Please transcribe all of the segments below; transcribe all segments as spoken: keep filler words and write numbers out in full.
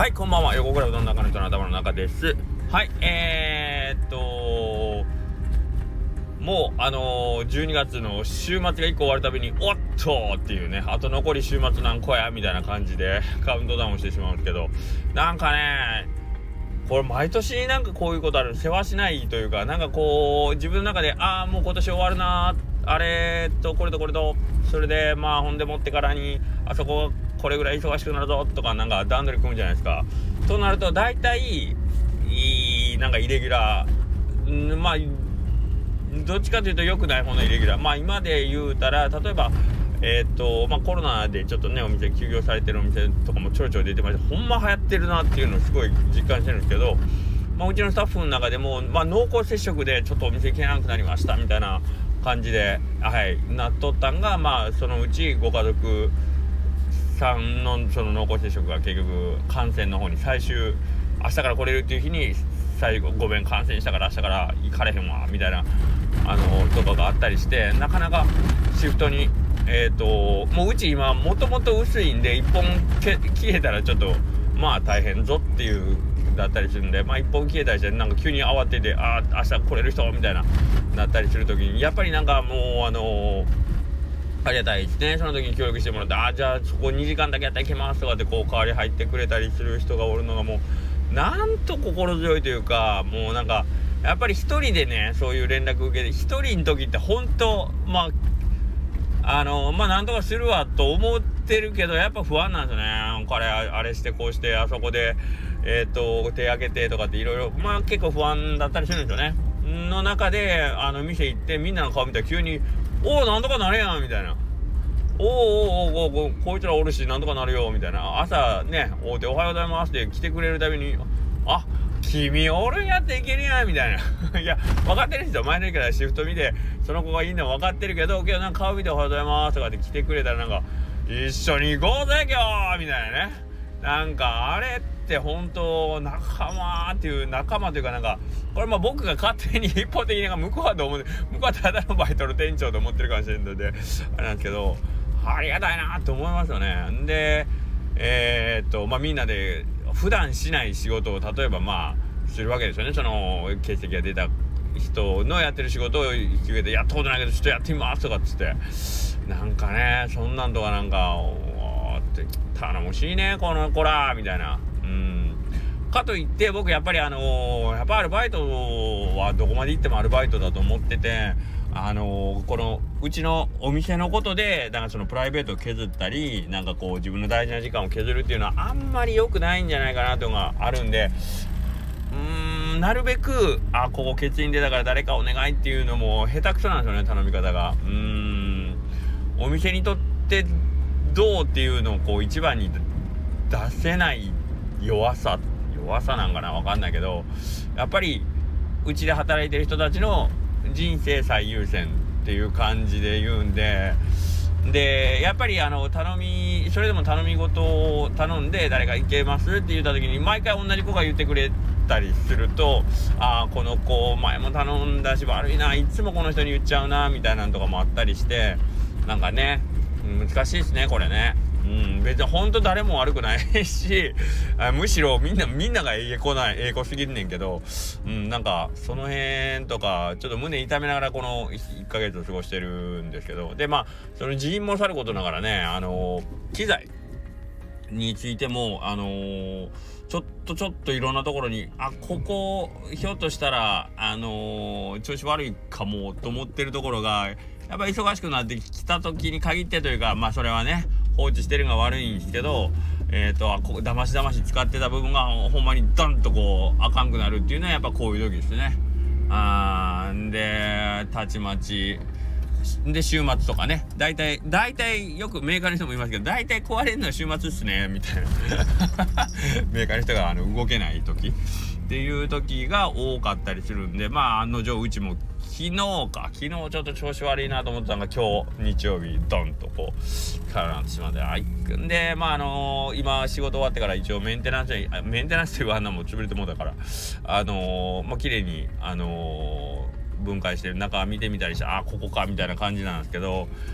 はい、こんばんは。横倉うどんの中の人の頭の中です。はい、えー、っともうあのー、じゅうにがつの週末がいっこ終わるたびにおっとっていうね、あと残り週末何個やみたいな感じでカウントダウンしてしまうんですけど、なんかねこれ毎年なんかこういうことある、世話しないというか、なんかこう自分の中でああもう今年終わるな、あれとこれとこれとそれでまあほんでもってからにあそここれぐらい忙しくなるぞとかなんか段取り組むじゃないですか。となると大体いいなんかイレギュラー、んまあどっちかというと良くない方のイレギュラー、まあ今で言うたら例えばえーとまあ、コロナでちょっとねお店休業されてるお店とかもちょろちょろ出てまして、ほんま流行ってるなっていうのをすごい実感してるんですけど、まあ、うちのスタッフの中でも、まあ、濃厚接触でちょっとお店行けなくなりましたみたいな感じで、はい、なっとったんが、まあそのうちご家族さんのその濃厚接触が結局感染の方に最終明日から来れるっていう日に最後ごめん感染したから明日から行かれへんわみたいなあのとかがあったりして、なかなかシフトにえーともううち今もともと薄いんでいっぽんけ消えたらちょっとまあ大変ぞっていうだったりするんで、まあいっぽん消えたりしてなんか急に慌ててああ明日来れる人みたいななったりするときにやっぱりなんかもうあのー、ありがたいですね。その時に協力してもらってああじゃあそこにじかんだけやったらいけますとかってこう代わり入ってくれたりする人がおるのがもうなんと心強いというか、もうなんかやっぱり一人でねそういう連絡受けて一人の時って本当まああのまあなんとかするわと思ってるけどやっぱ不安なんですよね。これあれしてこうしてあそこでえっと手挙げてとかっていろいろまあ結構不安だったりするんですよね。の中であの店行ってみんなの顔見たら急におおなんとかなれやんみたいな、おーおーおーおーこいつらおるしなんとかなるよみたいな、朝ねお手おはようございますって来てくれるたびにあ君おるんやっていけるやんみたいないや分かってるんですよ。前の日からシフト見てその子がいいの分かってるけど、けどなんか顔見ておはようございますとかって来てくれたらなんか一緒に行こうぜ今日みたいなね、なんかあれって本当仲間っていう仲間というかなんかこれまあ僕が勝手に一方的になんか向こうはどう思う向こうはただのバイトの店長と思ってるかもしれないのであれなんですけど、ありがたいなと思いますよね。でえー、っとまあみんなで普段しない仕事を例えばまあするわけですよね。その形跡が出た人のやってる仕事を引き受けてやったことないけどちょっとやってみますとかっつってなんかねそんなんとかなんかおーって頼もしいねこの子らみたいな、うんかといって僕やっぱりあのー、やっぱアルバイトはどこまで行ってもアルバイトだと思ってて、あのー、このうちのお店のことでなんかそのプライベートを削ったりなんかこう自分の大事な時間を削るっていうのはあんまり良くないんじゃないかなというのがあるんで、うーんなるべくあここ欠員でだから誰かお願いっていうのも下手くそなんですよね頼み方が。うーんお店にとってどうっていうのをこう一番に出せない弱さ弱さなんかな分かんないけど、やっぱりうちで働いてる人たちの人生最優先っていう感じで言うんで、でやっぱりあの頼みそれでも頼み事を頼んで誰か行けますって言った時に毎回同じ子が言ってくれたりするとあこの子前も頼んだし悪いないつもこの人に言っちゃうなみたいなのとかもあったりしてなんかね難しいですねこれね。うん、別に本当誰も悪くないしあむしろみんなみんながええ子ないええ子すぎるねんけど、うん、なんかその辺とかちょっと胸痛めながらこのいっかげつを過ごしてるんですけど、でまあその人員もさることながらねあのー、機材についてもあのー、ちょっとちょっといろんなところにあここひょっとしたらあのー、調子悪いかもと思ってるところがやっぱり忙しくなってきた時に限ってというかまあそれはね放置してるのが悪いんですけど、えーとこだましだまし使ってた部分がほんまにダンとこうあかんくなるっていうのはやっぱこういう時ですね。あーでたちまちで週末とかね大体大体よくメーカーの人も言いますけど大体壊れるのは週末っすねみたいなメーカーの人があの動けない時っていう時が多かったりするんで、まあ案の定うちも昨日か昨日ちょっと調子悪いなと思ってたのが今日日曜日ドンとこうからなってしまってあいくんでまああのー、今仕事終わってから一応メンテナンスメンテナンスというあんなもん潰れてもうたからあのー、まあ綺麗にあのー、分解してる中見てみたりしてあここかみたいな感じなんですけど、ま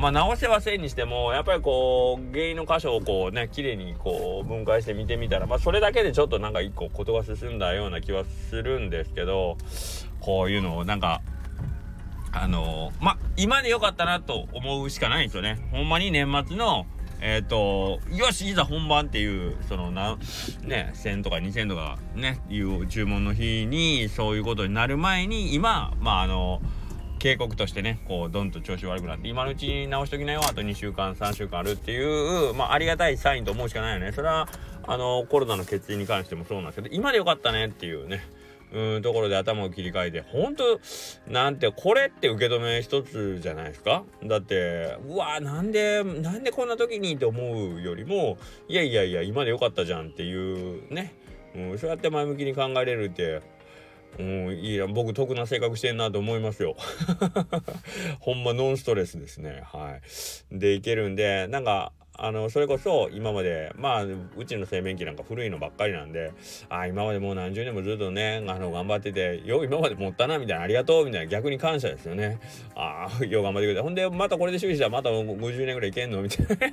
まあ直せはせんにしてもやっぱりこう原因の箇所をこうね綺麗にこう分解して見てみたら、まあそれだけでちょっとなんか一個事が進んだような気はするんですけど、こういうのをなんかあのー、まあ今でよかったなと思うしかないんですよね。ほんまに年末のえっとよしいざ本番っていうそのなねせんとかにせんとかねいう注文の日にそういうことになる前に今まああの警告としてねこうどんと調子悪くなって今のうちに直しときなよ、あとにしゅうかんさんしゅうかんあるっていうまあありがたいサインと思うしかないよね。それはあのコロナの欠員に関してもそうなんですけど、今でよかったねっていうねうんところで頭を切り替えて、本当なんてこれって受け止め一つじゃないですか。だってうわなんでなんでこんな時にって思うよりも、いやいやいや今でよかったじゃんっていうね、うん、そうやって前向きに考えれるってうん、いいや僕得な性格してんなと思いますよほんまノンストレスですね。はいでいけるんで、なんかあのそれこそ今までまあうちの製麺機なんか古いのばっかりなんで、あ今までもう何十年もずっとねあの頑張っててよう今まで持ったなみたいな、ありがとうみたいな、逆に感謝ですよね。ああよう頑張ってくれて、ほんでまたこれで修理したらまたごじゅうねんぐらいいけんのみたいな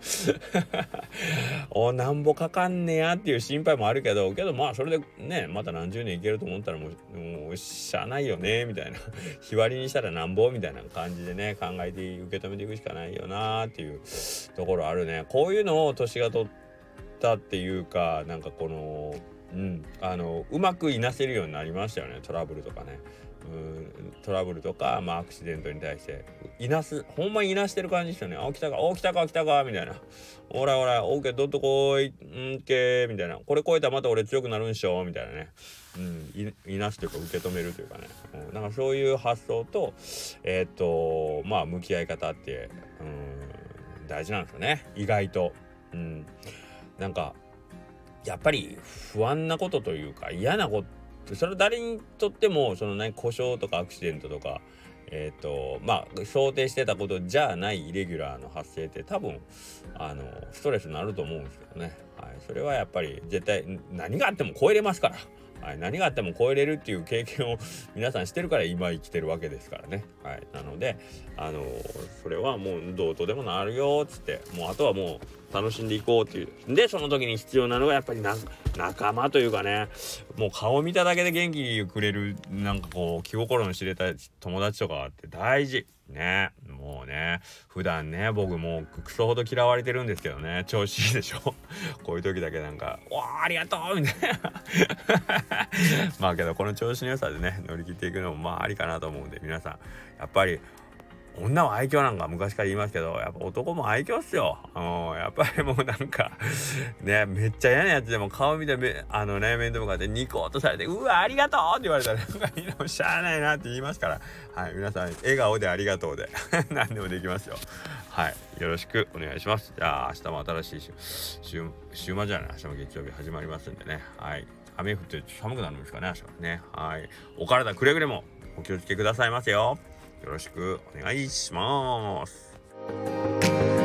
おなんぼかかんねやっていう心配もあるけどけどまあそれでねまた何十年いけると思ったらもうもうしゃあないよねみたいな日割りにしたらなんぼみたいな感じでね考えて受け止めていくしかないよなっていうところあるね。こういうのを年が取ったっていうかなんかこのうんあのうまくいなせるようになりましたよね。トラブルとかねうんトラブルとかまあアクシデントに対していなすほんまにいなしてる感じですよね。あ来たかお来たか来たかみたいな、おらおらオーケーどっとこいんけみたいな、これ超えたらまた俺強くなるんしょみたいなね、うんい、いなすというか受け止めるというかね、うん、なんかそういう発想とえー、っとまあ向き合い方ってうん大事なんですよね意外と。うんなんかやっぱり不安なことというか嫌なことそれは誰にとってもそのね故障とかアクシデントとかえっとまあ想定してたことじゃないイレギュラーの発生って多分あのストレスになると思うんですけどね、はい、それはやっぱり絶対何があっても超えれますから、はい、何があっても超えれるっていう経験を皆さんしてるから今生きてるわけですからね、はい、なのであのそれはもうどうとでもなるよっつってもうあとはもう楽しんでいこうっていうで、その時に必要なのがやっぱりな仲間というかね、もう顔見ただけで元気くれるなんかこう気心の知れた友達とかって大事ね。もうね普段ね僕もうクソほど嫌われてるんですけどね、調子いいでしょこういう時だけなんかわーありがとうみたいなまあけどこの調子の良さでね乗り切っていくのもまあありかなと思うんで、皆さんやっぱり女は愛嬌なんか昔から言いますけどやっぱ男も愛嬌っすよ。うんやっぱりもうなんかねめっちゃ嫌なやつでも顔見てめあのね面と向かってニコッとされてうわありがとうって言われたらなんかいいのしゃあないなって言いますから、はい皆さん笑顔でありがとうで何でもできますよ。はいよろしくお願いします。じゃあ明日も新しい週週週末じゃない明日も月曜日始まりますんでね、はい雨降って寒くなるんですかね明日はね。はいお体くれぐれもお気をつけくださいませよ。よろしくお願いします。